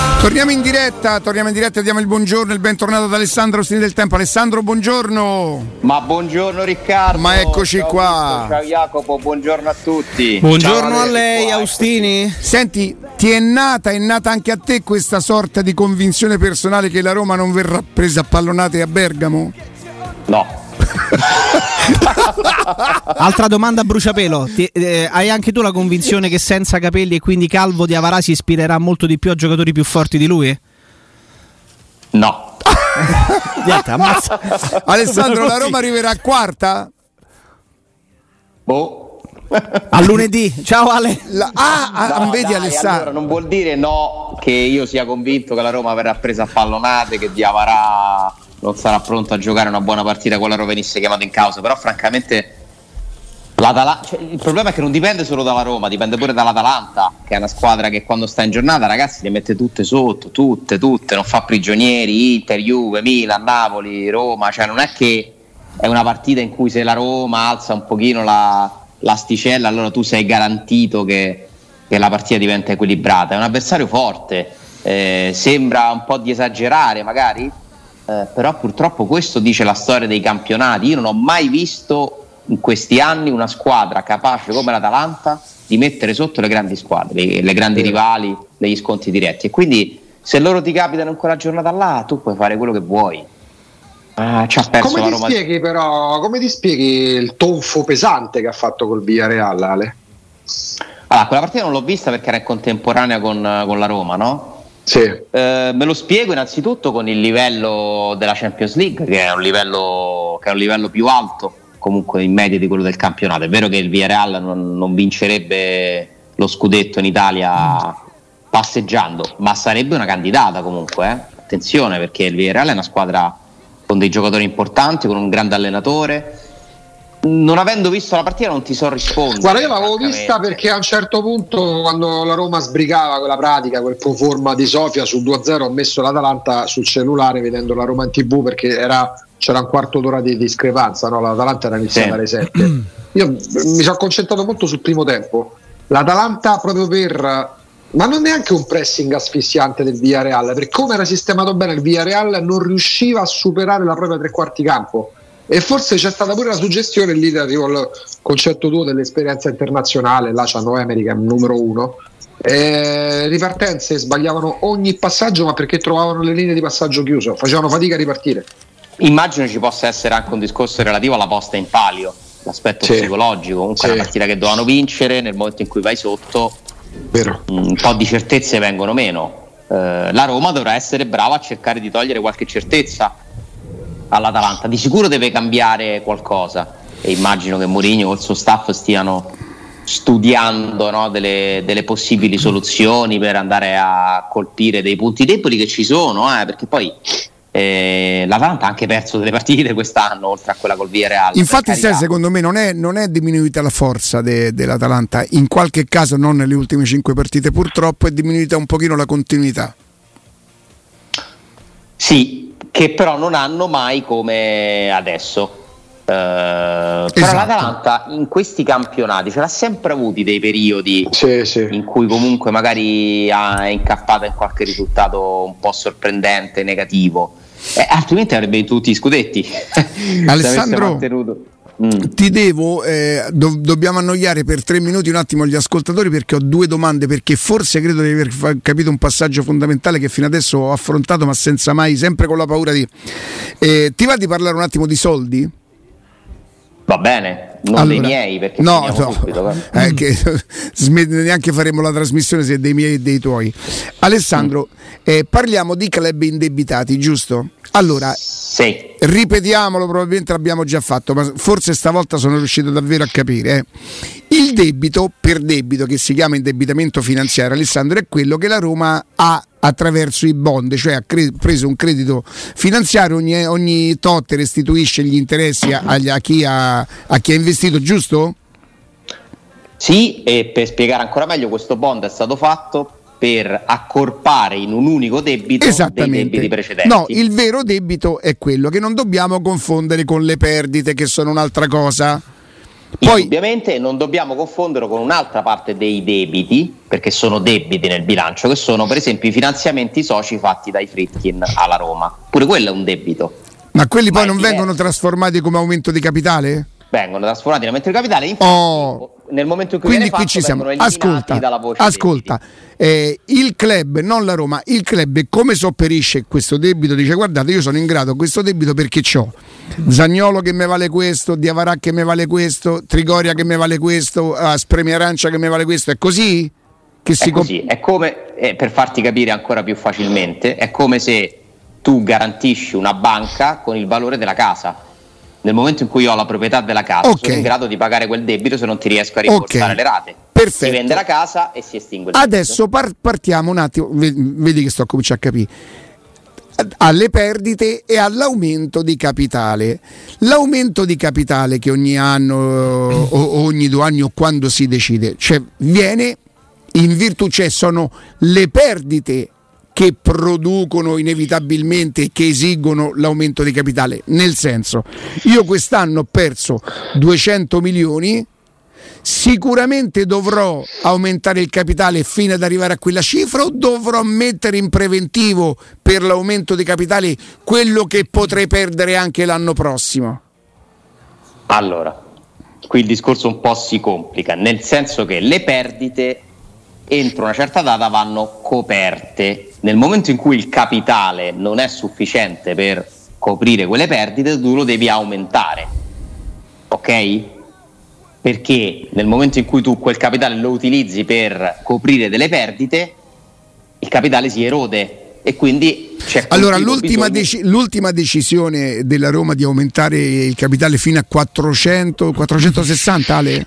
Torniamo in diretta, diamo il buongiorno e il bentornato ad Alessandro Ostini del Tempo. Alessandro, buongiorno. Ma buongiorno Riccardo. Ma eccoci ciao qua. Ciao Jacopo, buongiorno a tutti. Buongiorno a lei, Austini. Senti, ti è nata anche a te questa sorta di convinzione personale che la Roma non verrà presa a pallonate a Bergamo? No. Altra domanda a bruciapelo. Hai anche tu la convinzione che senza capelli e quindi calvo Diawara si ispirerà molto di più a giocatori più forti di lui? No. Niente, ammazza. Alessandro, la Roma arriverà a quarta? Boh. A lunedì. Ciao Ale. No, vedi dai, Alessandro. allora non vuol dire no che io sia convinto che la Roma verrà presa a pallonate, che Diawara non sarà pronto a giocare una buona partita qualora venisse chiamato in causa, però francamente il problema è che non dipende solo dalla Roma, dipende pure dall'Atalanta, che è una squadra che quando sta in giornata, ragazzi, le mette tutte sotto, tutte, non fa prigionieri. Inter, Juve, Milan, Napoli, Roma, cioè non è che è una partita in cui se la Roma alza un pochino l'asticella allora tu sei garantito che la partita diventa equilibrata. È un avversario forte, sembra un po' di esagerare magari, però purtroppo questo dice la storia dei campionati. Io non ho mai visto in questi anni una squadra capace come l'Atalanta di mettere sotto le grandi squadre, le grandi rivali degli scontri diretti, e quindi se loro ti capitano in quella giornata là tu puoi fare quello che vuoi. Ci ha perso la Roma. Come ti spieghi il tonfo pesante che ha fatto col Villarreal, Ale? Allora, quella partita non l'ho vista perché era in contemporanea con la Roma, no? Sì. Me lo spiego innanzitutto con il livello della Champions League, che è un livello più alto comunque in media di quello del campionato. È vero che il Villarreal non vincerebbe lo scudetto in Italia passeggiando, ma sarebbe una candidata comunque, attenzione, perché il Villarreal è una squadra con dei giocatori importanti, con un grande allenatore. Non avendo visto la partita non ti so rispondere. Guarda, io l'avevo vista perché a un certo punto, quando la Roma sbrigava quella pratica, quel pro forma di Sofia sul 2-0, ho messo l'Atalanta sul cellulare vedendo la Roma in TV, perché c'era un quarto d'ora di discrepanza, no? L'Atalanta era iniziata alle 7. Io mi sono concentrato molto sul primo tempo. L'Atalanta proprio ma non neanche un pressing asfissiante del Villarreal, perché come era sistemato bene il Villarreal non riusciva a superare la propria tre quarti campo. E forse c'è stata pure la suggestione, lì arrivo al concetto tuo dell'esperienza internazionale, là c'hanno Emery che è numero 1, ripartenze, sbagliavano ogni passaggio, ma perché trovavano le linee di passaggio chiuso, facevano fatica a ripartire. Immagino ci possa essere anche un discorso relativo alla posta in palio, l'aspetto psicologico, comunque è una partita che dovevano vincere, nel momento in cui vai sotto vero, un po' di certezze vengono meno. La Roma dovrà essere brava a cercare di togliere qualche certezza all'Atalanta, di sicuro deve cambiare qualcosa, e immagino che Mourinho col suo staff stiano studiando, no, delle possibili soluzioni per andare a colpire dei punti deboli che ci sono, perché poi l'Atalanta ha anche perso delle partite quest'anno oltre a quella col Villarreal. Infatti secondo me non è diminuita la forza dell'Atalanta, in qualche caso non nelle ultime 5 partite purtroppo, è diminuita un pochino la continuità. Sì, che però non hanno mai come adesso. Però l'Atalanta in questi campionati ce l'ha sempre avuti dei periodi in cui comunque magari è incappata in qualche risultato un po' sorprendente, negativo, altrimenti avrebbe vinto tutti i scudetti. Alessandro, ti dobbiamo annoiare per 3 minuti un attimo gli ascoltatori, perché ho 2 domande, perché forse credo di aver capito un passaggio fondamentale che fino adesso ho affrontato, ma senza mai, sempre con la paura di ti va di parlare un attimo di soldi? Va bene, non dei miei, perché subito, che neanche faremo la trasmissione se è dei miei e dei tuoi. Alessandro, parliamo di club indebitati, giusto? Allora, ripetiamolo, probabilmente l'abbiamo già fatto, ma forse stavolta sono riuscito davvero a capire. Il debito per debito, che si chiama indebitamento finanziario, Alessandro, è quello che la Roma ha attraverso i bond, cioè ha preso un credito finanziario, ogni tot restituisce gli interessi a chi ha investito, giusto? Sì, e per spiegare ancora meglio, questo bond è stato fatto per accorpare in un unico debito dei debiti precedenti. No, il vero debito è quello che non dobbiamo confondere con le perdite, che sono un'altra cosa. Poi, ovviamente non dobbiamo confonderlo con un'altra parte dei debiti, perché sono debiti nel bilancio, che sono per esempio i finanziamenti soci fatti dai Friedkin alla Roma. Pure quello è un debito. Ma quelli poi non vengono trasformati come aumento di capitale? Vengono trasformati in aumento di capitale, infatti nel momento in cui quindi viene qui ci siamo. vengono eliminati dalla voce Ascolta, il club, non la Roma, il club come sopperisce questo debito? Dice: guardate, io sono in grado questo debito perché c'ho Zaniolo che mi vale questo, Diawara che mi vale questo, Trigoria che mi vale questo, Spremi Arancia che mi vale questo. È così che si così. È come, per farti capire ancora più facilmente, è come se tu garantisci una banca con il valore della casa. Nel momento in cui ho la proprietà della casa, sono in grado di pagare quel debito se non ti riesco a rimborsare le rate. Perfetto. Si vende la casa e si estingue il debito. Adesso partiamo un attimo, vedi che sto cominciando a capire, alle perdite e all'aumento di capitale. L'aumento di capitale che ogni anno o ogni 2 anni o quando si decide, cioè viene in virtù, cioè sono le perdite che producono inevitabilmente, che esigono l'aumento di capitale. Nel senso, io quest'anno ho perso 200 milioni, sicuramente dovrò aumentare il capitale fino ad arrivare a quella cifra, o dovrò mettere in preventivo per l'aumento di capitale quello che potrei perdere anche l'anno prossimo? Allora, qui il discorso un po' si complica, nel senso che le perdite entro una certa data vanno coperte. Nel momento in cui il capitale non è sufficiente per coprire quelle perdite, tu lo devi aumentare, ok? Perché nel momento in cui tu quel capitale lo utilizzi per coprire delle perdite, il capitale si erode e quindi c'è allora l'ultima decisione della Roma di aumentare il capitale fino a 460, Ale?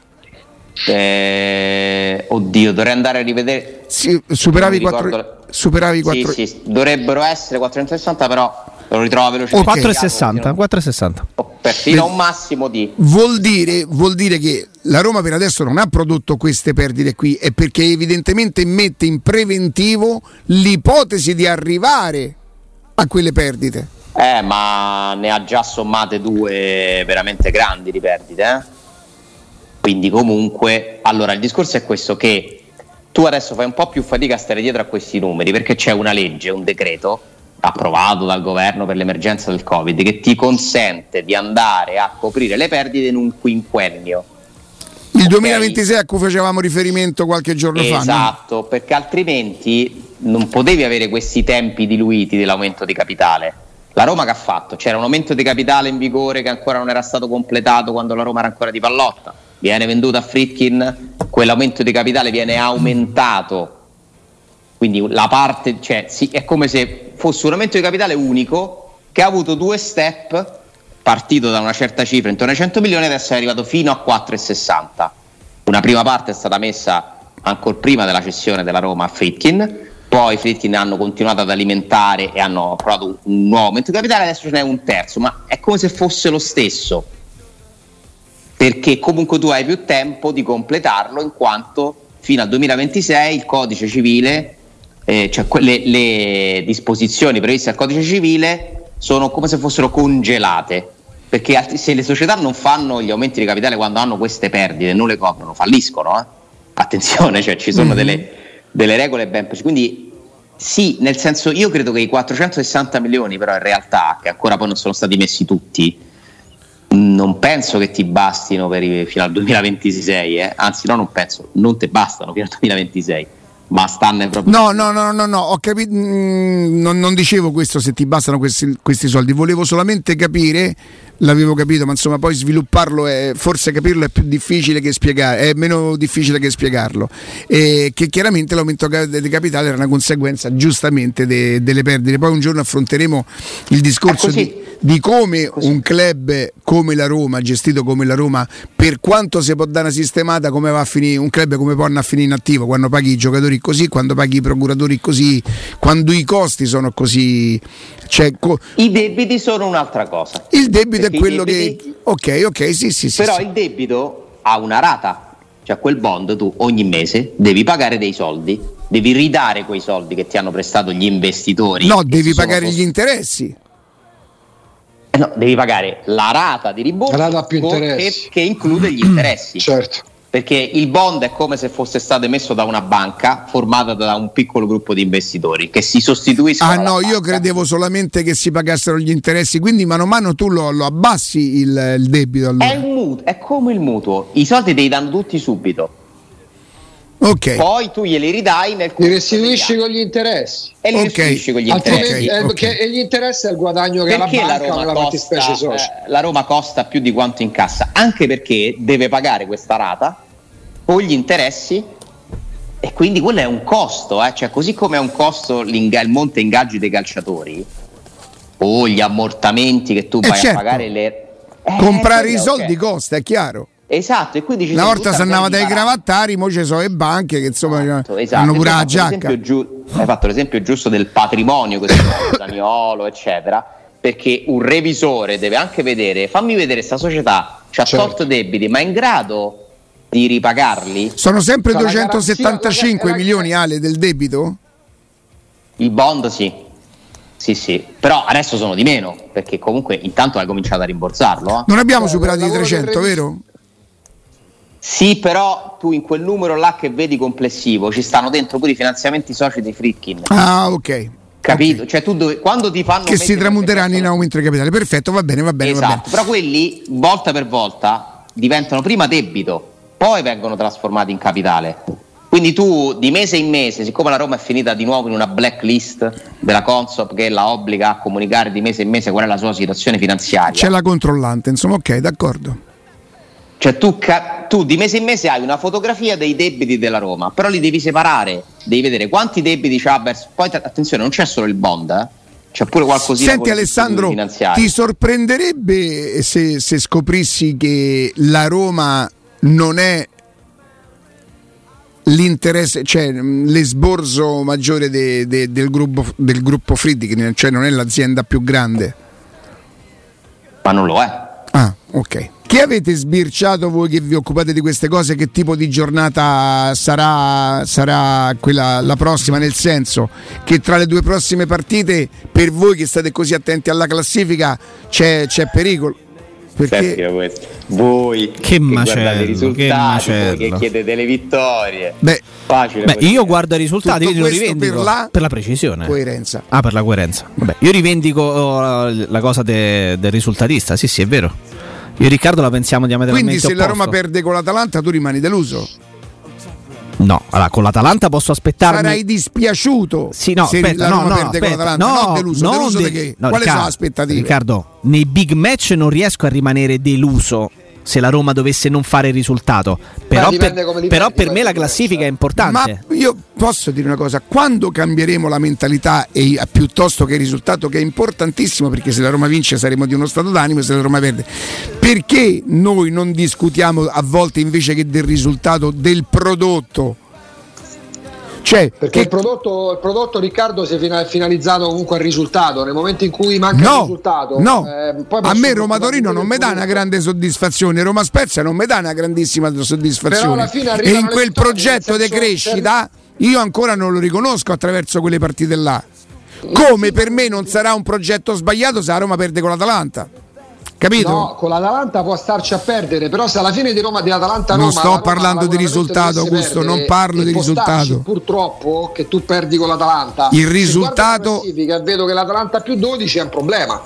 Oddio, dovrei andare a rivedere. Sì, superavi 4. Sì, dovrebbero essere 460, però lo ritrovo velocemente. 460. Fino a un massimo di. Vuol dire che la Roma per adesso non ha prodotto queste perdite qui, è perché evidentemente mette in preventivo l'ipotesi di arrivare a quelle perdite. Ma ne ha già sommate 2 veramente grandi di perdite, Quindi comunque, allora il discorso è questo, che tu adesso fai un po' più fatica a stare dietro a questi numeri, perché c'è una legge, un decreto approvato dal governo per l'emergenza del Covid che ti consente di andare a coprire le perdite in un quinquennio. Il 2026 a cui facevamo riferimento qualche giorno fa. Esatto, perché altrimenti non potevi avere questi tempi diluiti dell'aumento di capitale. La Roma che ha fatto? C'era un aumento di capitale in vigore che ancora non era stato completato quando la Roma era ancora di Pallotta. Viene venduto a Friedkin, quell'aumento di capitale viene aumentato. Quindi la parte, cioè, sì, è come se fosse un aumento di capitale unico che ha avuto 2 step, partito da una certa cifra intorno ai 100 milioni, adesso è arrivato fino a 4,60. Una prima parte è stata messa ancora prima della cessione della Roma a Friedkin, poi Friedkin hanno continuato ad alimentare e hanno approvato un nuovo aumento di capitale, adesso ce n'è un terzo, ma è come se fosse lo stesso, perché comunque tu hai più tempo di completarlo, in quanto fino al 2026 il codice civile, cioè le disposizioni previste al codice civile sono come se fossero congelate, perché se le società non fanno gli aumenti di capitale quando hanno queste perdite, non le coprono, falliscono, attenzione, cioè ci sono delle regole ben precise. Quindi sì, nel senso, io credo che i 460 milioni però in realtà, che ancora poi non sono stati messi tutti, non penso che ti bastino fino al 2026, anzi no, non penso, non ti bastano fino al 2026, ma stanno proprio. No, ho capito, non dicevo questo, se ti bastano questi soldi, volevo solamente capire, l'avevo capito, ma insomma poi svilupparlo forse capirlo è più difficile che spiegare, è meno difficile che spiegarlo, che chiaramente l'aumento di capitale era una conseguenza giustamente delle perdite. Poi un giorno affronteremo il discorso di come un club come la Roma, gestito come la Roma, per quanto si può dare una sistemata, come va a finire un club, come può andare a finire in attivo quando paghi i giocatori così, quando paghi i procuratori così, quando i costi sono così, i debiti sono un'altra cosa. Il debito è quello ok, sì. Però il debito ha una rata, cioè quel bond tu ogni mese devi pagare dei soldi, devi ridare quei soldi che ti hanno prestato gli investitori. No, devi pagare gli interessi. No, devi pagare la rata di rimborso, la rata più interessi, che include gli interessi. Certo. Perché il bond è come se fosse stato emesso da una banca formata da un piccolo gruppo di investitori che si sostituiscono. Ah no, io credevo solamente che si pagassero gli interessi, quindi mano a mano tu lo abbassi il debito. Allora. È come il mutuo, i soldi te li danno tutti subito. Okay. Poi tu glieli ridai nel li restituisci con gli interessi. E li restituisci con gli interessi. E gli interessi è il guadagno che perché la banca nella fattispecie socia. La Roma costa più di quanto incassa, anche perché deve pagare questa rata con gli interessi, e quindi quello è un costo, cioè così come è un costo il monte ingaggi dei calciatori o gli ammortamenti che tu vai certo. a pagare comprare i soldi costa, è chiaro. Esatto, e quindi una volta si andava dai cravattari, mo ci sono le banche che insomma hanno pure la giacca. Hai fatto l'esempio giusto del patrimonio, così Zaniolo, eccetera, perché un revisore deve anche vedere, fammi vedere sta società c'ha torto debiti, ma è in grado di ripagarli? Sono sempre 275 milioni, Ale, del debito? Il bond sì, però adesso sono di meno, perché comunque intanto hai cominciato a rimborsarlo. Non abbiamo superato i 300, vero? Sì, però tu in quel numero là che vedi complessivo ci stanno dentro pure i finanziamenti soci dei Friedkin. Ah, ok. Capito? Okay. Cioè tu quando ti fanno che si tramuteranno in aumento di capitale. Perfetto, va bene. Esatto, va bene. Però quelli volta per volta diventano prima debito, poi vengono trasformati in capitale. Quindi tu di mese in mese, siccome la Roma è finita di nuovo in una blacklist della Consob che la obbliga a comunicare di mese in mese qual è la sua situazione finanziaria. C'è la controllante, insomma, ok, d'accordo. Cioè tu di mese in mese hai una fotografia dei debiti della Roma, però li devi separare, devi vedere quanti debiti c'ha verso. Poi attenzione, non c'è solo il bond, c'è pure qualcosina. Senti Alessandro, ti sorprenderebbe se scoprissi che la Roma non è l'interesse, cioè l'esborso maggiore del gruppo Friedkin, cioè non è l'azienda più grande? Ma non lo è. Ah, ok. Che avete sbirciato voi che vi occupate di queste cose? Che tipo di giornata sarà quella la prossima? Nel senso che tra le due prossime partite, per voi che state così attenti alla classifica, c'è pericolo? Perché voi che guardate i risultati, voi che chiedete le vittorie. Facile. Io guardo i risultati, io lo rivendico per la precisione. Coerenza. Per la coerenza. Vabbè, io rivendico la cosa del risultatista, sì, è vero. Io e Riccardo la pensiamo diametralmente opposto. Quindi se opposto. la Roma perde con l'Atalanta tu rimani deluso? No, allora con l'Atalanta posso aspettarmi. Sarai dispiaciuto? Sì, no, se aspetta, la Roma no, perde aspetta, con l'Atalanta, no, deluso di che? No, Quali Riccardo, sono le aspettative? Riccardo, nei big match non riesco a rimanere deluso se la Roma dovesse non fare il risultato, però per me la classifica è importante. Ma io posso dire una cosa, quando cambieremo la mentalità e piuttosto che il risultato, che è importantissimo, perché se la Roma vince saremo di uno stato d'animo, se la Roma perde, perché noi non discutiamo a volte invece che del risultato, del prodotto? Cioè, perché il prodotto Riccardo si è finalizzato comunque al risultato. Nel momento in cui manca il risultato, poi a me Roma Torino non mi dà una grande soddisfazione, Roma Spezia non mi dà una grandissima soddisfazione, e in quel progetto di crescita io ancora non lo riconosco attraverso quelle partite là, come per me non sarà un progetto sbagliato se la Roma perde con l'Atalanta. Capito? No, con l'Atalanta può starci a perdere, però se alla fine di Atalanta non sto parlando di risultato, Augusto, non parlo di risultato. Purtroppo che tu perdi con l'Atalanta. Il risultato vedo che l'Atalanta più 12 è un problema.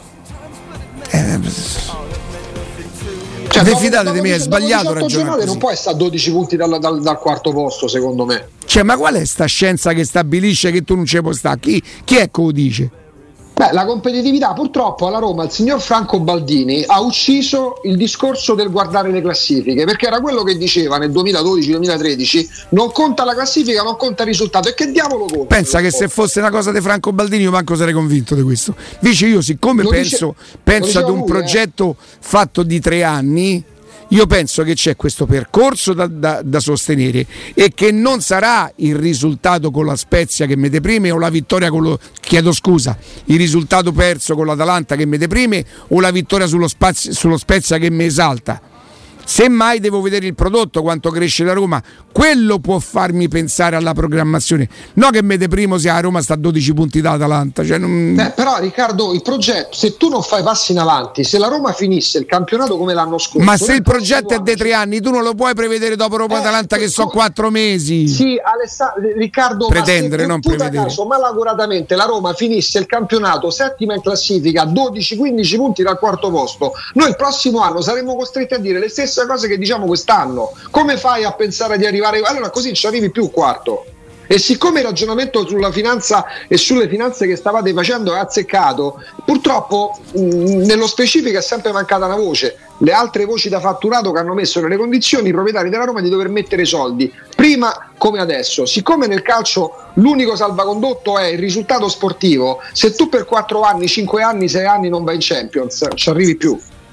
Cioè, fidate di me, è sbagliato ragionare. Non può essere a 12 punti dal quarto posto, secondo me. Cioè, ma qual è sta scienza che stabilisce che tu non ci puoi stare? Chi è che lo dice? La competitività, purtroppo alla Roma il signor Franco Baldini ha ucciso il discorso del guardare le classifiche, perché era quello che diceva nel 2012-2013: non conta la classifica, non conta il risultato. E che diavolo conta? Pensa che se fosse una cosa di Franco Baldini io manco sarei convinto di questo. Invece io, siccome penso ad un progetto fatto di 3 anni, io penso che c'è questo percorso da sostenere e che non sarà il risultato con la Spezia che mi deprime, o la vittoria il risultato perso con l'Atalanta che mi deprime, o la vittoria sullo Spezia che mi esalta. Semmai devo vedere il prodotto, quanto cresce la Roma, quello può farmi pensare alla programmazione, no che mette primo se a Roma sta a 12 punti dall'Atalanta, cioè non... Però Riccardo, il progetto, se tu non fai passi in avanti, se la Roma finisse il campionato come l'anno scorso, ma se il progetto è dei 3 anni, tu non lo puoi prevedere dopo Roma-Atalanta che sono 4 mesi. Sì, Riccardo, pretendere, non prevedere. Caso malauguratamente la Roma finisse il campionato settima in classifica, 12-15 punti dal quarto posto, noi il prossimo anno saremmo costretti a dire le stesse cose che diciamo quest'anno. Come fai a pensare di arrivare? Allora così non ci arrivi più quarto. E siccome il ragionamento sulla finanza e sulle finanze che stavate facendo è azzeccato, purtroppo nello specifico è sempre mancata una voce. Le altre voci da fatturato che hanno messo nelle condizioni i proprietari della Roma di dover mettere soldi, prima come adesso. Siccome nel calcio l'unico salvacondotto è il risultato sportivo, se tu per 4 anni, 5 anni, 6 anni non vai in Champions, ci arrivi più.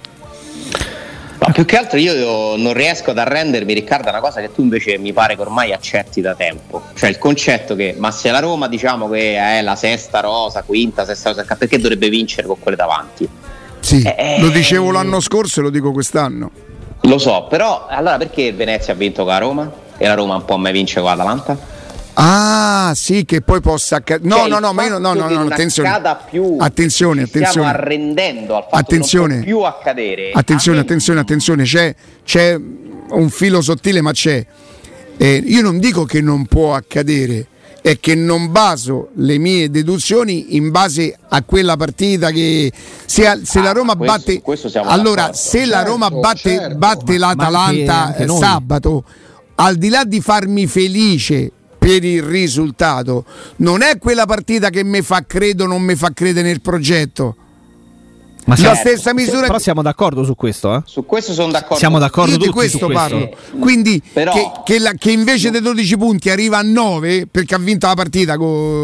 Ma più che altro io non riesco ad arrendermi, Riccardo, a una cosa che tu invece mi pare che ormai accetti da tempo, cioè il concetto che ma se la Roma diciamo che è la sesta rosa, quinta, sesta rosa, perché dovrebbe vincere con quelle davanti? Sì, lo dicevo l'anno scorso e lo dico quest'anno. Lo so, però allora perché il Venezia ha vinto con la Roma e la Roma un po' mai vince con l'Atalanta? Ah, sì, che poi possa accadere. No, ma io no, attenzione. Attenzione. Stiamo arrendendo al fatto che non può più accadere. Attenzione, c'è un filo sottile, ma c'è. Io non dico che non può accadere, è che non baso le mie deduzioni in base a quella partita che se la Roma batte. Allora, se la Roma batte l'Atalanta sabato, al di là di farmi felice per il risultato, non è quella partita che mi fa credere o non mi fa credere nel progetto. Ma la stessa misura. Però siamo d'accordo su questo, eh? Su questo sono d'accordo. Siamo d'accordo io tutti di questo su parlo. Questo. Quindi però, che invece dei 12 punti arriva a 9 perché ha vinto la partita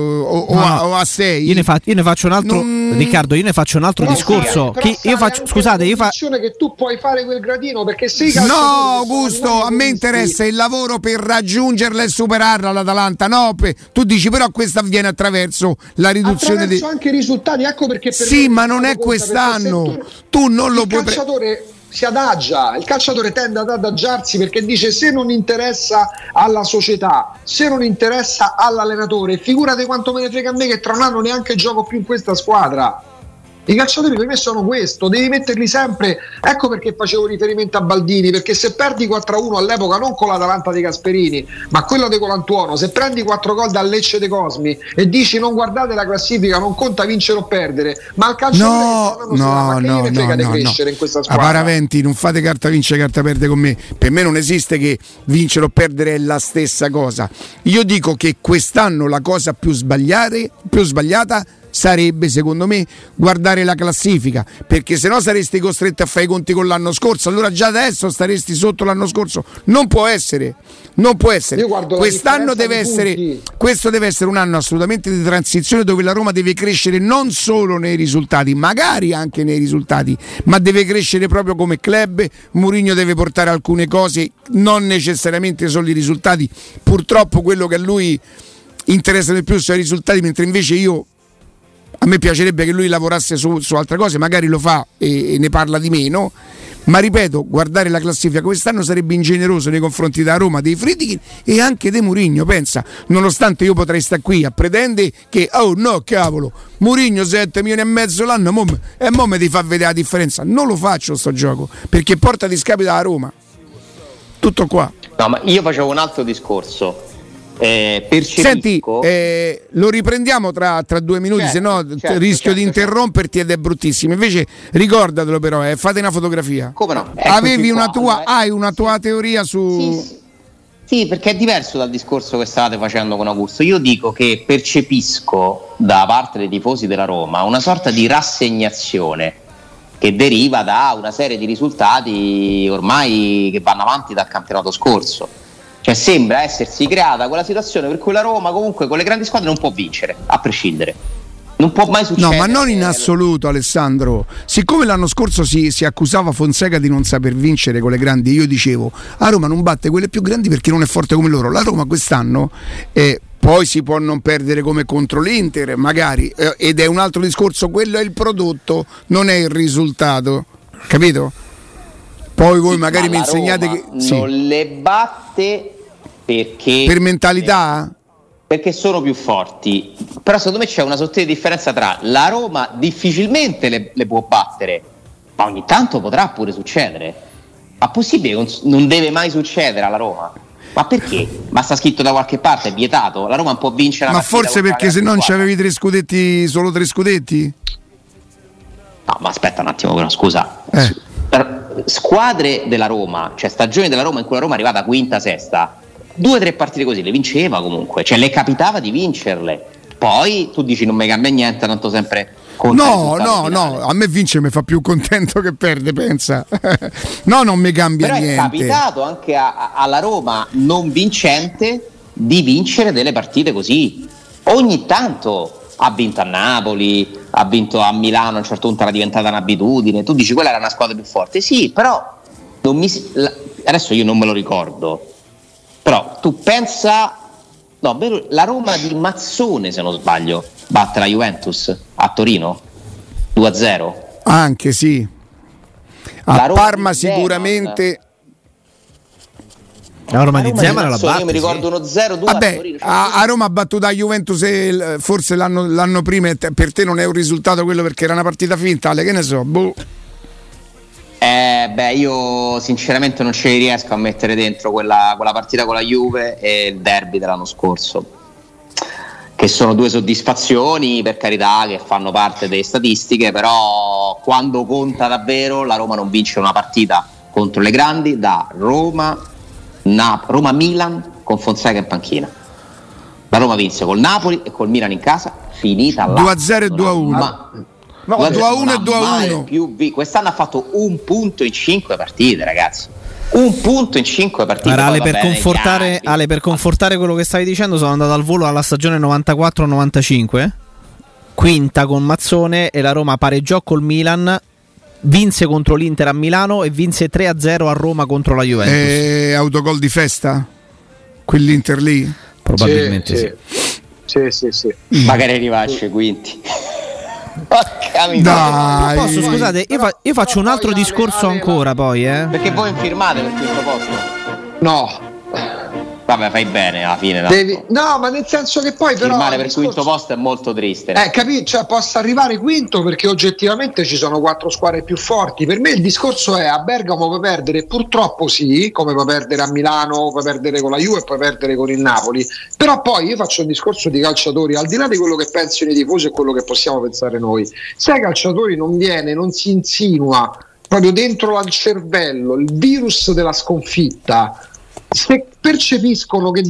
o a 6. Io ne faccio un altro, Riccardo, io ne faccio un altro discorso. Scusate, che tu puoi fare quel gradino perché sei no, Augusto, a me interessa il lavoro per raggiungerla e superarla l'Atalanta. No, tu dici però questo avviene attraverso la riduzione dei anche i risultati, ecco perché per sì, ma non è quest'anno. Tu non lo puoi. Il calciatore si adagia, il calciatore tende ad adagiarsi perché dice se non interessa alla società, se non interessa all'allenatore, figurate quanto me ne frega a me che tra un anno neanche gioco più in questa squadra. I calciatori per me sono questo, devi metterli sempre. Ecco perché facevo riferimento a Baldini, perché se perdi 4-1 all'epoca non con l'Atalanta di Gasperini ma quello di Colantuono, se prendi 4 gol dal Lecce de Cosmi e dici non guardate la classifica, non conta vincere o perdere, ma il calciatore no, crescere in questa squadra. A Paraventi, non fate carta vince, carta perde con me. Per me non esiste che vincere o perdere è la stessa cosa. Io dico che quest'anno la cosa più sbagliata sarebbe secondo me guardare la classifica, perché sennò saresti costretti a fare i conti con l'anno scorso, allora già adesso staresti sotto l'anno scorso. Non può essere. Quest'anno questo deve essere un anno assolutamente di transizione dove la Roma deve crescere non solo nei risultati, magari anche nei risultati, ma deve crescere proprio come club. Mourinho deve portare alcune cose, non necessariamente solo i risultati. Purtroppo quello che a lui interessa di più sono i risultati, mentre invece a me piacerebbe che lui lavorasse su altre cose, magari lo fa e ne parla di meno, ma ripeto, guardare la classifica quest'anno sarebbe ingeneroso nei confronti della Roma, dei Friedkin e anche di Mourinho. Pensa, nonostante io potrei stare qui a pretendere che Mourinho 7 milioni e mezzo l'anno mo mi ti fa vedere la differenza. Non lo faccio sto gioco, perché porta di scapito alla Roma. Tutto qua. No, ma io facevo un altro discorso. Senti, lo riprendiamo tra 2 minuti, se no rischio di interromperti ed è bruttissimo. Invece ricordatelo però, fate una fotografia. Come no? Hai una tua teoria su... Sì, perché è diverso dal discorso che state facendo con Augusto. Io dico che percepisco da parte dei tifosi della Roma una sorta di rassegnazione che deriva da una serie di risultati ormai che vanno avanti dal campionato scorso. Cioè sembra essersi creata quella situazione per cui la Roma comunque con le grandi squadre non può vincere, a prescindere. Non può mai succedere. No, ma non in assoluto, Alessandro. Siccome l'anno scorso si accusava Fonseca di non saper vincere con le grandi, io dicevo, a Roma non batte quelle più grandi perché non è forte come loro. La Roma quest'anno poi si può non perdere come contro l'Inter, magari, ed è un altro discorso, quello è il prodotto, non è il risultato. Capito? Poi voi magari mi insegnate Roma che non le batte perché per mentalità? Perché sono più forti. Però secondo me c'è una sottile differenza tra la Roma difficilmente le può battere, ma ogni tanto potrà pure succedere. Ma possibile, non deve mai succedere alla Roma? Ma perché? Ma sta scritto da qualche parte, è vietato. La Roma non può vincere la partita. Ma forse perché se non c'avevi 3 scudetti, solo 3 scudetti? No, ma aspetta un attimo, però scusa. Squadre della Roma, cioè stagioni della Roma in cui la Roma è arrivata quinta, sesta, 2 o 3 partite così le vinceva comunque, cioè le capitava di vincerle. Poi tu dici non mi cambia niente, tanto sempre no, a me vince mi fa più contento che perde, pensa. No, non mi cambia però niente. Però è capitato anche alla Roma non vincente di vincere delle partite così. Ogni tanto ha vinto a Napoli, ha vinto a Milano, a un certo punto era diventata un'abitudine. Tu dici quella era una squadra più forte, sì, però adesso io non me lo ricordo. Però tu pensa, no, la Roma di Mazzone, se non sbaglio, batte la Juventus a Torino 2-0. Anche sì. A Parma sicuramente. La Roma di Zeman la batte. Io mi ricordo uno 0-2 Vabbè, a Torino. a Roma ha battuto la Juventus forse l'anno prima, e per te non è un risultato quello perché era una partita finta, che ne so, boh. Io sinceramente non ce li riesco a mettere dentro quella partita con la Juve e il derby dell'anno scorso, che sono 2 soddisfazioni, per carità, che fanno parte delle statistiche, però quando conta davvero la Roma non vince una partita contro le grandi da Roma-Milan con Fonseca in panchina. La Roma vinse col Napoli e col Milan in casa, finita là 2-0 e 2-1. No, 2-1 e 2-1. Quest'anno ha fatto un punto in 5 partite, ragazzi. Un punto in 5 partite. Ale, per confortare quello che stavi dicendo, sono andato al volo alla stagione 94-95, quinta con Mazzone, e la Roma pareggiò col Milan, vinse contro l'Inter a Milano e vinse 3-0 a Roma contro la Juventus. Autogol di festa? Quell'Inter lì? Probabilmente sì. Magari arrivasce quinti. Dai. Posso, scusate, io faccio un altro discorso ancora poi, perché voi firmate per questo posto? No. Vabbè, fai bene alla fine. No, ma nel senso che poi però firmare per quinto posto è molto triste. Capito? Cioè, possa arrivare quinto perché oggettivamente ci sono 4 squadre più forti. Per me il discorso è: a Bergamo puoi perdere, purtroppo sì, come puoi perdere a Milano, puoi perdere con la Juve e puoi perdere con il Napoli. Però poi io faccio un discorso di calciatori, al di là di quello che pensano i tifosi e quello che possiamo pensare noi. Se ai calciatori non si insinua proprio dentro al cervello il virus della sconfitta, se percepiscono che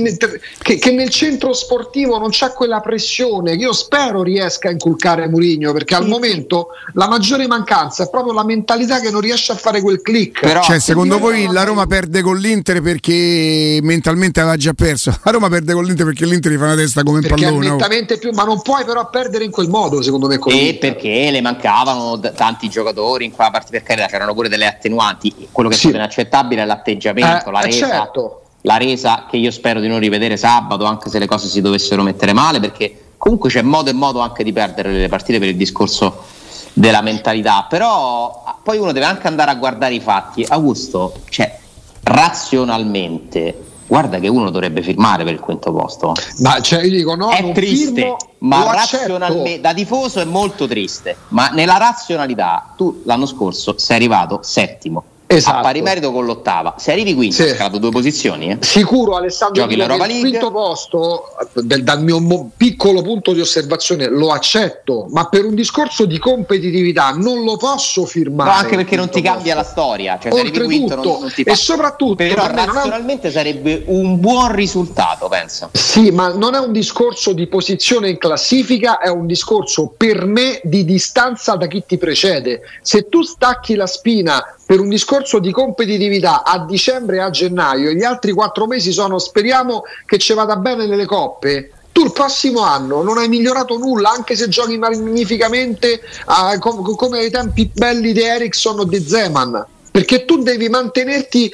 nel centro sportivo non c'è quella pressione che io spero riesca a inculcare Mourinho, perché al momento la maggiore mancanza è proprio la mentalità che non riesce a fare quel click. Però, cioè, secondo voi la Roma perde con l'Inter perché mentalmente aveva già perso? La Roma perde con l'Inter perché l'Inter gli fa una testa come un pallone, mentalmente più, ma non puoi però perdere in quel modo, secondo me, con l'Inter. Perché le mancavano tanti giocatori in quella partita, per carità, c'erano pure delle attenuanti. Quello che è stato inaccettabile è l'atteggiamento, la resa. Certo. La resa che io spero di non rivedere sabato, anche se le cose si dovessero mettere male, perché comunque c'è modo e modo anche di perdere le partite per il discorso della mentalità. Però poi uno deve anche andare a guardare i fatti. Augusto, cioè, razionalmente, guarda che uno dovrebbe firmare per il quinto posto. Ma cioè, io dico no, è triste, ma razionalmente, da tifoso è molto triste, ma nella razionalità tu l'anno scorso sei arrivato settimo. Esatto. A pari merito con l'ottava. Se arrivi quinto, hai scalato 2 posizioni. Sicuro, Alessandro. Giochi l'Europa League. Il quinto posto, dal mio piccolo punto di osservazione, lo accetto, ma per un discorso di competitività non lo posso firmare. No, anche perché non ti cambia la storia. Cioè, oltretutto, non ti fa... e soprattutto, però razionalmente sarebbe un buon risultato, penso. Sì, ma non è un discorso di posizione in classifica, è un discorso per me di distanza da chi ti precede. Se tu stacchi la spina per un discorso di competitività a dicembre e a gennaio e gli altri 4 mesi sono speriamo che ci vada bene nelle coppe, tu il prossimo anno non hai migliorato nulla, anche se giochi magnificamente come ai tempi belli di Eriksson o di Zeman, perché tu devi mantenerti,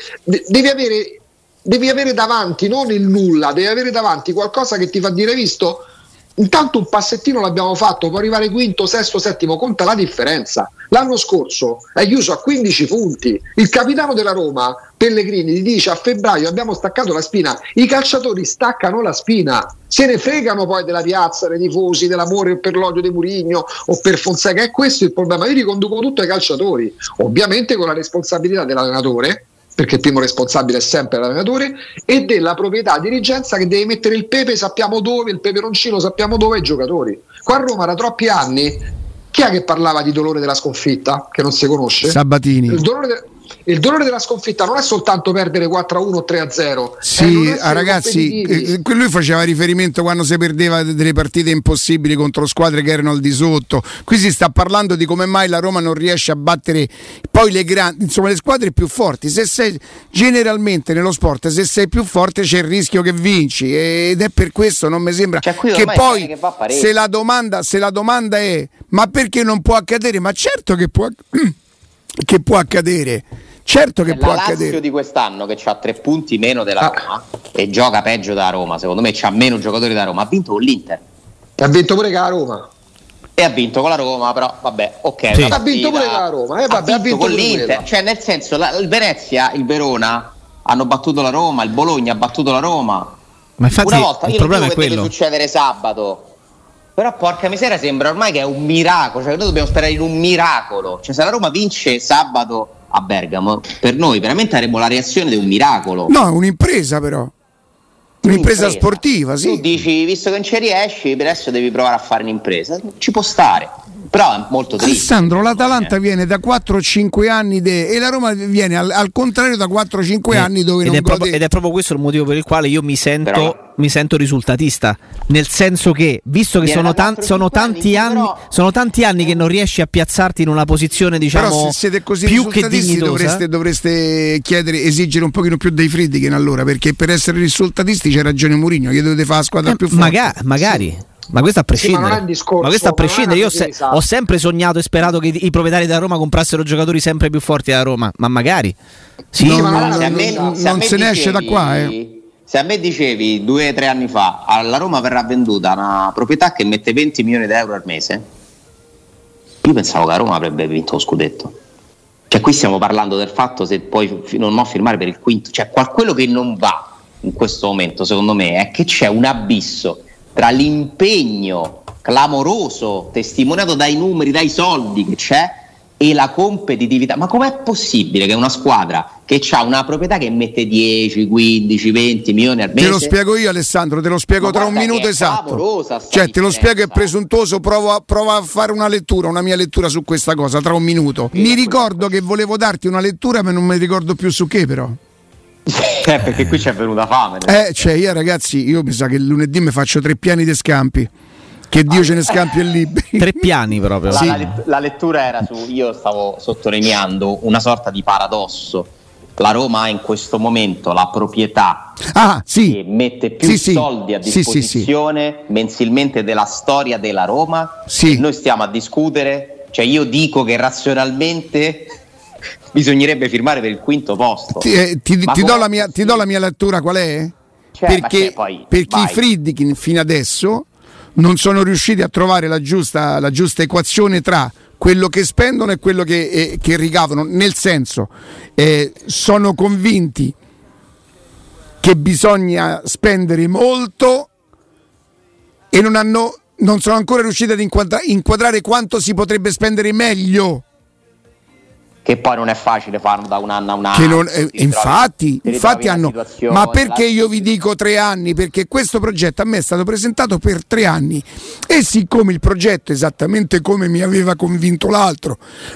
devi avere davanti non il nulla, devi avere davanti qualcosa che ti fa dire: visto, intanto un passettino l'abbiamo fatto, può arrivare quinto, sesto, settimo, conta la differenza. L'anno scorso è chiuso a 15 punti, il capitano della Roma Pellegrini gli dice: a febbraio abbiamo staccato la spina. I calciatori staccano la spina, se ne fregano poi della piazza, dei tifosi, dell'amore per l'odio di Mourinho o per Fonseca, è questo il problema. Io riconduco tutto ai calciatori, ovviamente con la responsabilità dell'allenatore, perché il primo responsabile è sempre l'allenatore, e della proprietà dirigenza che deve mettere il pepe, sappiamo dove, il peperoncino sappiamo dove, ai giocatori. Qua a Roma da troppi anni chi è che parlava di dolore della sconfitta, che non si conosce? Sabatini. Il dolore della sconfitta non è soltanto perdere 4-1 o 3-0. Sì, ragazzi, lui faceva riferimento quando si perdeva delle partite impossibili contro squadre che erano al di sotto. Qui si sta parlando di come mai la Roma non riesce a battere poi le grandi, insomma, le squadre più forti. Se sei generalmente nello sport, se sei più forte c'è il rischio che vinci, ed è per questo non mi sembra che poi che se la domanda è ma perché non può accadere? Ma certo che può accadere. Certo che può accadere. La Lazio di quest'anno, che ha 3 punti meno della Roma e gioca peggio da Roma, secondo me c'ha meno giocatori da Roma, ha vinto con l'Inter e ha vinto pure con la Roma e ha vinto con la Roma, però vabbè, ok, sì. Ha vinto pure con la Roma ha vinto con l'Inter, cioè nel senso il Venezia, il Verona hanno battuto la Roma, il Bologna ha battuto la Roma, ma infatti una volta. il io problema non dico è che quello, deve succedere sabato, però porca miseria sembra ormai che è un miracolo, cioè noi dobbiamo sperare in un miracolo, cioè se la Roma vince sabato a Bergamo, per noi veramente avremo la reazione di un miracolo. No, è un'impresa, però un'impresa sportiva, sì. Tu dici, visto che non ci riesci, per adesso devi provare a fare un'impresa, ci può stare, però è molto triste. Alessandro, l'Atalanta viene da 4-5 anni e la Roma viene al contrario da 4-5 anni dove non gode. Ed è proprio questo il motivo per il quale io mi sento risultatista, nel senso che visto che sono tanti anni che non riesci a piazzarti in una posizione, diciamo, però se siete così più che dignitosa, dovreste esigere un pochino più dei Friedkin, allora, perché per essere risultatisti c'è ragione Mourinho, che dovete fare la squadra più forte. Magari. Ma questo a prescindere. Io ho sempre sognato e sperato che i proprietari della Roma comprassero giocatori sempre più forti della Roma, ma magari sì, non se ne esce da qua. Se a me dicevi 2 o 3 anni fa alla Roma verrà venduta una proprietà che mette 20 milioni di euro al mese, io pensavo che la Roma avrebbe vinto lo scudetto. Cioè qui stiamo parlando del fatto se poi non firmare per il quinto, cioè quello che non va in questo momento secondo me è che c'è un abisso tra l'impegno clamoroso testimoniato dai numeri, dai soldi che c'è, e la competitività. Ma com'è possibile che una squadra che ha una proprietà che mette 10, 15, 20 milioni al mese? Te lo spiego io, Alessandro, te lo spiego tra un minuto esatto. Cioè te lo spiego, è presuntuoso, provo a fare una mia lettura su questa cosa tra un minuto. Mi ricordo che volevo darti una lettura, ma non mi ricordo più su che, però. Perché qui c'è venuta fame. Cioè io ragazzi, io mi sa che lunedì mi faccio 3 piani di scampi. Che Dio ce ne scampi e liberi. 3 piani proprio. Sì. La lettura era io stavo sottolineando una sorta di paradosso. La Roma ha in questo momento la proprietà che mette più soldi a disposizione mensilmente della storia della Roma. E noi stiamo a discutere, cioè io dico che razionalmente bisognerebbe firmare per il quinto posto. Ti do la mia lettura, qual è? Perché i Friedkin fino adesso non sono riusciti a trovare la giusta equazione tra quello che spendono e quello che ricavano, nel senso sono convinti che bisogna spendere molto e non sono ancora riusciti ad inquadrare quanto si potrebbe spendere meglio. Che poi non è facile farlo da un anno a un anno. Infatti hanno. Ma perché io vi dico 3 anni? Perché questo progetto a me è stato presentato per 3 anni e siccome il progetto, esattamente come mi aveva convinto l'altro,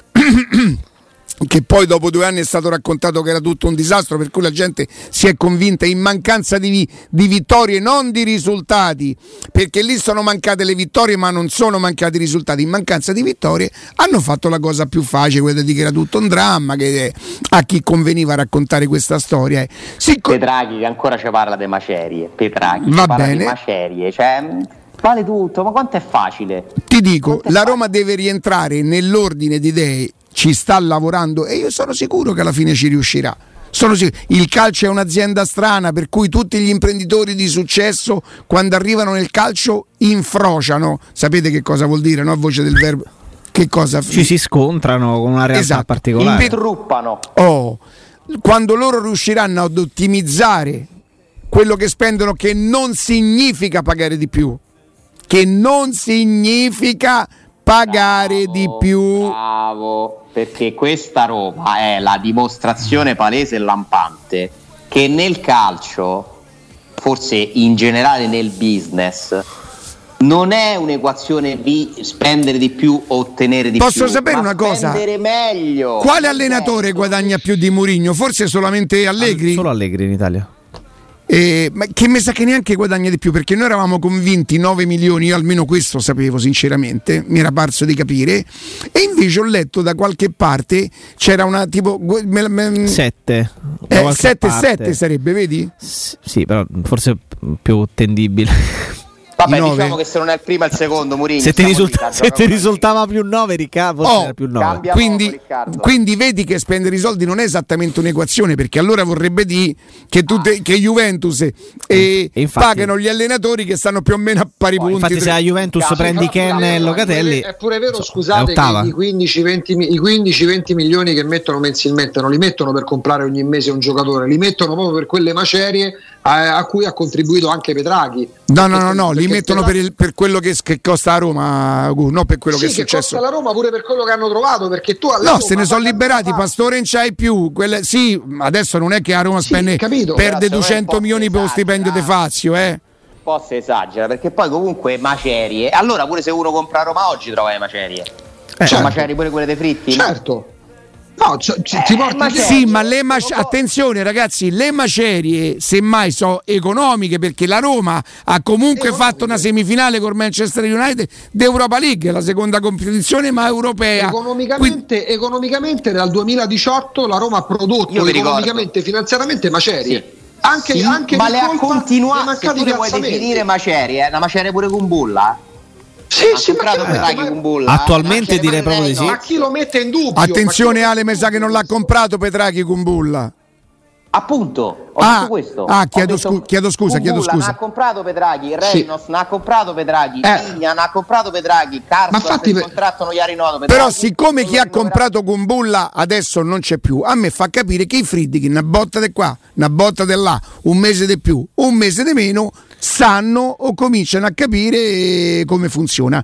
che poi dopo 2 anni è stato raccontato che era tutto un disastro, per cui la gente si è convinta in mancanza di vittorie, non di risultati, perché lì sono mancate le vittorie ma non sono mancati i risultati. In mancanza di vittorie hanno fatto la cosa più facile, quella di dire che era tutto un dramma, che a chi conveniva raccontare questa storia. Petraghi che ancora ci parla di macerie, va bene, di macerie, cioè vale tutto, ma quanto è facile? Ti dico, la Roma deve rientrare nell'ordine di idee. Ci sta lavorando e io sono sicuro che alla fine ci riuscirà. Il calcio è un'azienda strana, per cui tutti gli imprenditori di successo quando arrivano nel calcio infrociano. Sapete che cosa vuol dire, no? A voce del verbo. Che cosa? Ci si scontrano con una realtà particolare. Truppano. Quando loro riusciranno ad ottimizzare quello che spendono, che non significa pagare di più, Bravo, perché questa Roma è la dimostrazione palese e lampante che nel calcio, forse in generale nel business, non è un'equazione di spendere di più o ottenere di più. Posso sapere una cosa? Spendere meglio. Quale allenatore guadagna più di Mourinho? Forse solamente Allegri? Solo Allegri in Italia. Ma che mi sa che neanche guadagna di più, perché noi eravamo convinti 9 milioni, io almeno questo sapevo sinceramente, mi era parso di capire, e invece ho letto da qualche parte c'era una tipo 7 7 sarebbe, vedi? Sì, però forse più tendibile. Vabbè, diciamo che se non è il primo è il secondo Mourinho. Se ti risultava più 9, Riccardo, forse era più 9. Quindi vedi che spendere i soldi non è esattamente un'equazione, perché allora vorrebbe dire che che Juventus e infatti, pagano gli allenatori che stanno più o meno a pari punti. Infatti se la Juventus prendi Ken e Locatelli, è pure vero, scusate, che i 15-20 milioni che mettono mensilmente non li mettono per comprare ogni mese un giocatore, li mettono proprio per quelle macerie a cui ha contribuito anche Petraghi. No, li mettono per quello che costa a Roma, non per quello che è successo. Costa la Roma pure per quello che hanno trovato, perché tu se ne sono liberati, Pastore non c'hai più. Sì, adesso non è che a Roma perde 200 milioni per lo stipendio di Fazio, Un po' si esagera, perché poi comunque macerie. Allora pure se uno compra a Roma oggi trova le macerie. Macerie pure quelle dei fritti. Certo. No, ti porti sì, ma attenzione ragazzi, le macerie semmai sono economiche, perché la Roma ha comunque fatto una semifinale con Manchester United d'Europa League, la seconda competizione ma europea. Economicamente dal 2018 la Roma ha prodotto economicamente, finanziariamente macerie. Sì. Anche ma le ha continuate. Se tu le vuoi definire macerie, una macerie pure con Bulla. Sì, attualmente direi proprio di sì. Ma chi lo mette in dubbio? Attenzione, Ale, mi sa che non l'ha comprato Petraghi con Bulla. Appunto, ho detto questo. Chiedo scusa. Non ha comprato Petraghi, Reynolds non ha comprato Petraghi, Vigna non ha comprato Petraghi, Carso il contratto non gli ha rinnovato Petraghi. Però siccome chi ha comprato Kumbulla adesso non c'è più, a me fa capire che i Friedkin, una botta di qua, una botta di là, un mese di più, un mese di meno, sanno o cominciano a capire come funziona.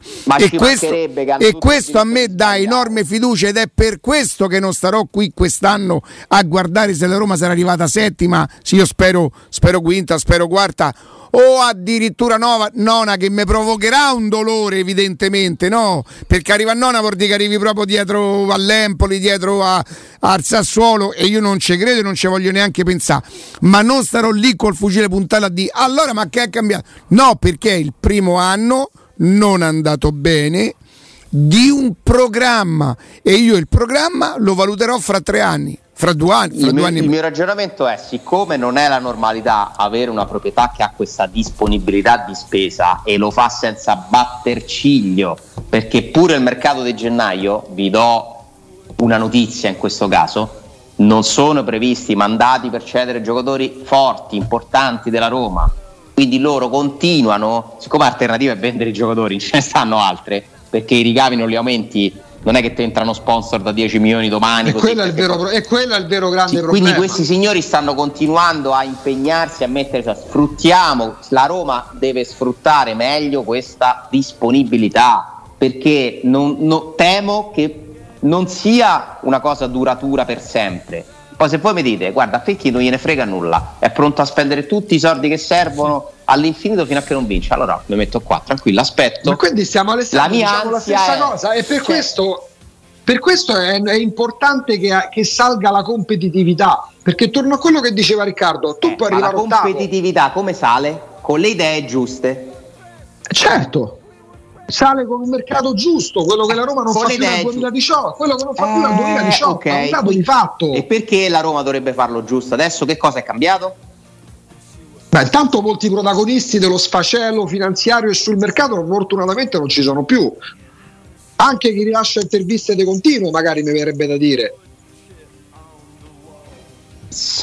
E questo a me dà enorme fiducia, ed è per questo che non starò qui quest'anno a guardare se la Roma sarà arrivata settima, sì, io spero quinta, spero quarta, o addirittura nona, che mi provocherà un dolore evidentemente, no? Perché arriva a nona vuol dire che arrivi proprio dietro all'Empoli, dietro al Sassuolo, e io non ci credo e non ci voglio neanche pensare, ma non starò lì col fucile puntato a dire allora ma che è cambiato? No, perché il primo anno non è andato bene di un programma, e io il programma lo valuterò fra 3 anni. Fra 2 anni. Il mio ragionamento è: siccome non è la normalità avere una proprietà che ha questa disponibilità di spesa e lo fa senza batter ciglio, perché pure il mercato di gennaio, vi do una notizia in questo caso, non sono previsti mandati per cedere giocatori forti, importanti della Roma, quindi loro continuano, siccome l'alternativa è vendere i giocatori, ce ne stanno altre, perché i ricavi non li aumenti. Non è che ti entrano sponsor da 10 milioni domani. Quello è il vero grande problema. Quindi questi signori stanno continuando a impegnarsi, a mettere, sfruttiamo, la Roma deve sfruttare meglio questa disponibilità, perché temo che non sia una cosa duratura per sempre. Poi se voi mi dite guarda, a Fecchi non gliene frega nulla, è pronto a spendere tutti i soldi che servono all'infinito fino a che non vince, allora mi metto qua tranquillo, aspetto. Ma quindi stiamo la mia la stessa cosa, e per questo è importante che salga la competitività, perché torno a quello che diceva Riccardo, tu puoi arrivare la competitività come sale? Con le idee giuste. Certo, sale con un mercato giusto, quello che la Roma non fa più nel 2018, quello che non fa più nel 2018, okay. È un dato di fatto. E perché la Roma dovrebbe farlo giusto? Adesso che cosa è cambiato? Beh, intanto molti protagonisti dello sfacelo finanziario e sul mercato fortunatamente non ci sono più. Anche chi rilascia interviste di continuo magari mi verrebbe da dire. Sì.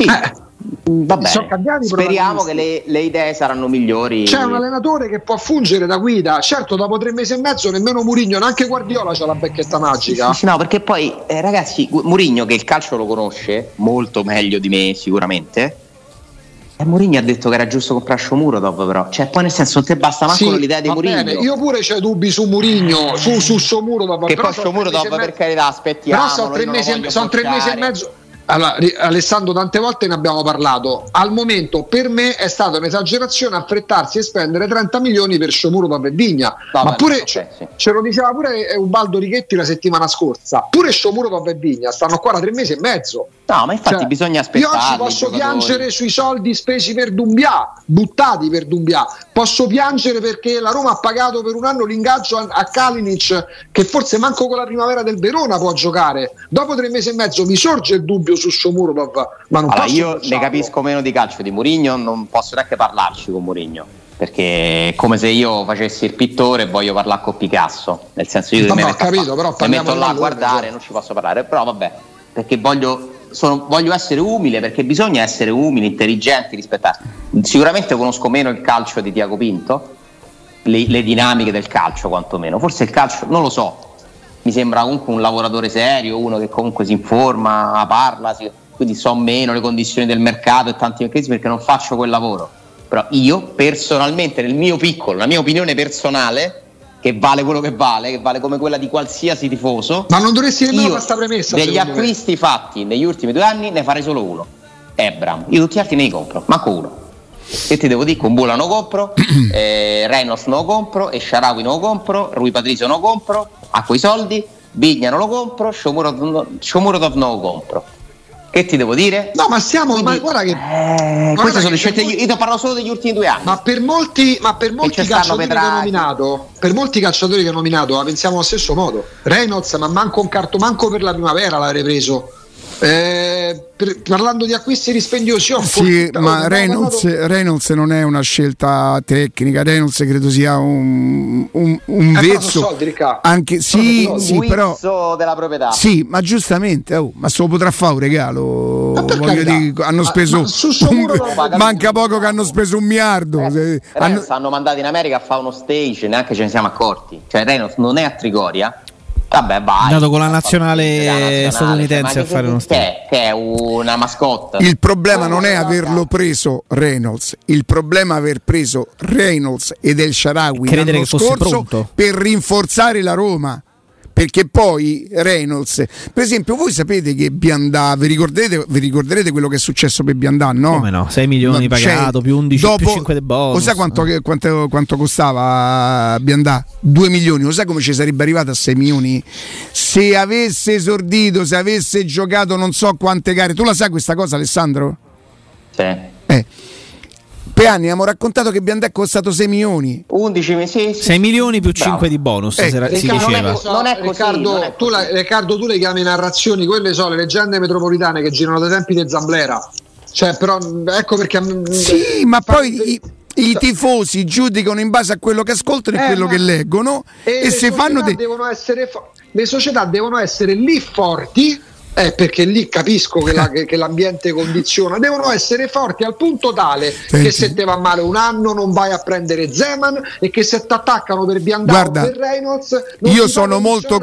Va bene. Speriamo che le idee saranno migliori. C'è un allenatore che può fungere da guida. Certo, dopo 3 mesi e mezzo nemmeno Mourinho, neanche Guardiola c'ha la bacchetta magica. Sì, no, perché poi ragazzi, Mourinho, che il calcio lo conosce molto meglio di me sicuramente, Mourinho ha detto che era giusto comprare Shomurodov, però cioè poi nel senso non te basta manco l'idea di Mourinho. Bene, io pure c'ho dubbi su Mourinho, su Shomurodov, che poi Shomurodov per carità aspettiamo, però sono 3 mesi e mezzo. Allora, Alessandro, tante volte ne abbiamo parlato. Al momento per me è stata un'esagerazione affrettarsi e spendere 30 milioni per Shomurodov e Vigna. Ma pure ce lo diceva pure Ubaldo Righetti la settimana scorsa. Pure Shomurodov e Vigna stanno qua da 3 mesi e mezzo. No, ma infatti bisogna aspettare. Io oggi posso piangere sui soldi spesi per Doumbia, buttati per Doumbia. Posso piangere perché la Roma ha pagato per un anno l'ingaggio a Kalinic, che forse manco con la primavera del Verona può giocare. Dopo 3 mesi e mezzo mi sorge il dubbio su Shomurodov, ma non posso io ne capisco meno di calcio di Mourinho, non posso neanche parlarci con Mourinho, perché è come se io facessi il pittore e voglio parlare con Picasso, nel senso io mi metto là a guardare, non ci posso parlare, però vabbè, perché voglio essere umile, perché bisogna essere umili, intelligenti, rispettare. Sicuramente conosco meno il calcio di Tiago Pinto, le dinamiche del calcio quantomeno, forse il calcio non lo so, mi sembra comunque un lavoratore serio, uno che comunque si informa, parla, quindi so meno le condizioni del mercato e tanti meccanismi perché non faccio quel lavoro. Però io personalmente, nel mio piccolo, la mia opinione personale, che vale quello che vale come quella di qualsiasi tifoso, ma non dovresti nemmeno questa premessa. Degli acquisti fatti negli ultimi 2 anni ne farei solo uno, Ebram. Io tutti gli altri ne li compro, manco uno. E ti devo dire, Kumbula non lo compro, Reynolds non lo compro, e Shaarawy non lo compro, Rui Patricio non lo compro a quei soldi, Vigna non lo compro, Shomurodov non lo compro. Che ti devo dire? No, ma ma guarda che queste sono le scelte. Io ti parlo solo degli ultimi 2 anni. Ma per molti calciatori che ho nominato, la pensiamo allo stesso modo. Reynolds, ma manco per la primavera l'avrei preso. Parlando di acquisti dispendiosi, ma Reynolds non è una scelta tecnica. Reynolds credo sia un vezzo soldi, anche però della proprietà. Sì, ma giustamente ma se lo potrà fare un regalo. Hanno speso manca poco che hanno speso 1 miliardo. Hanno mandato in America a fare uno stage, neanche ce ne siamo accorti. Cioè Reynolds non è a Trigoria. Vabbè, vai. È andato con la nazionale statunitense a fare uno stage. Che è una mascotte. Il problema non è averlo preso Reynolds, il problema è aver preso Reynolds ed El Shaarawy l'anno scorso per rinforzare la Roma. Perché poi Reynolds, per esempio, voi sapete che Biandà, vi ricorderete quello che è successo per Biandà, no? Come no? 6 milioni pagato, più 11 più 5 del bonus. Lo sai quanto costava Biandà? 2 milioni, lo sai come ci sarebbe arrivato a 6 milioni? Se avesse esordito, se avesse giocato non so quante gare. Tu la sai questa cosa, Alessandro? Sì. Per anni abbiamo raccontato che Biandà è costato 6 milioni. 11 mesi. 6 milioni più 5 di bonus, si diceva. Non è così. Riccardo, tu le chiami narrazioni, quelle sono le leggende metropolitane che girano dai tempi di Zamblera. Cioè, però ecco perché sì, ma poi i tifosi giudicano in base a quello che ascoltano e quello che leggono e se fanno le società devono essere lì forti. Perché lì capisco che l'ambiente condiziona, devono essere forti al punto tale che se te va male un anno non vai a prendere Zeman e che se ti attaccano per Biandà o per Reynolds io sono molto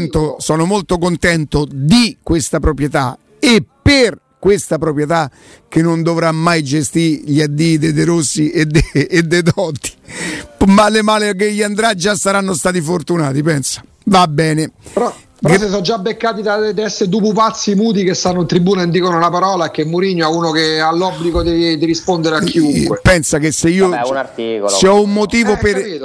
contento di questa proprietà e per questa proprietà che non dovrà mai gestire gli addii De Rossi e De Totti, male che gli andrà già saranno stati fortunati, pensa, va bene. Però si sono già beccati da essere due pupazzi muti che stanno in tribuna e dicono una parola, che Mourinho è uno che ha l'obbligo di rispondere a chiunque. Pensa che se io se ho un motivo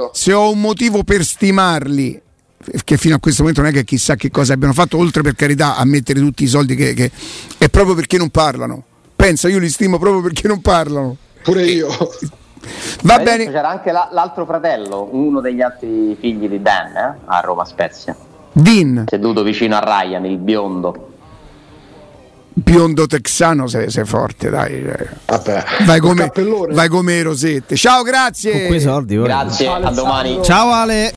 per stimarli, che fino a questo momento non è che chissà che cosa abbiano fatto, oltre per carità a mettere tutti i soldi che è proprio perché non parlano. Pensa, io li stimo proprio perché non parlano. Pure io. Va bene. C'era anche l'altro fratello, uno degli altri figli di Dan a Roma Spezia. Dean, seduto vicino a Ryan, il biondo texano, sei forte, dai. Vabbè, vai come Rosette. Ciao, grazie. Con quei soldi, grazie, a domani. Ciao Ale.